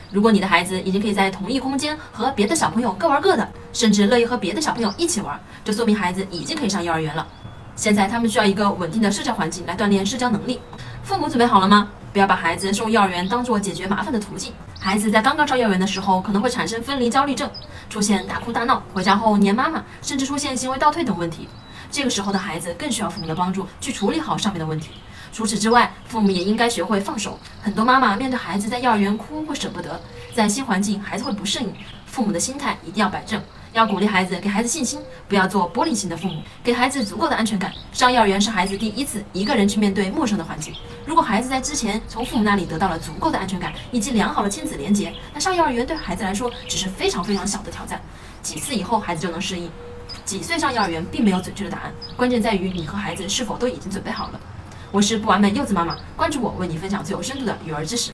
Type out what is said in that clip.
如果你的孩子已经可以在同一空间和别的小朋友各玩各的，甚至乐意和别的小朋友一起玩，这说明孩子已经可以上幼儿园了。现在他们需要一个稳定的社交环境来锻炼社交能力。父母准备好了吗？不要把孩子送幼儿园当作解决麻烦的途径。孩子在刚刚上幼儿园的时候，可能会产生分离焦虑症，出现大哭大闹，回家后黏妈妈，甚至出现行为倒退等问题。这个时候的孩子更需要父母的帮助去处理好上面的问题。除此之外，父母也应该学会放手。很多妈妈面对孩子在幼儿园哭会舍不得，在新环境孩子会不适应，父母的心态一定要摆正，要鼓励孩子，给孩子信心，不要做玻璃心的父母，给孩子足够的安全感。上幼儿园是孩子第一次一个人去面对陌生的环境，如果孩子在之前从父母那里得到了足够的安全感以及良好的亲子连结，那上幼儿园对孩子来说只是非常非常小的挑战，几次以后孩子就能适应。几岁上幼儿园并没有准确的答案，关键在于你和孩子是否都已经准备好了。我是不完美柚子妈妈，关注我，为你分享最有深度的育儿知识。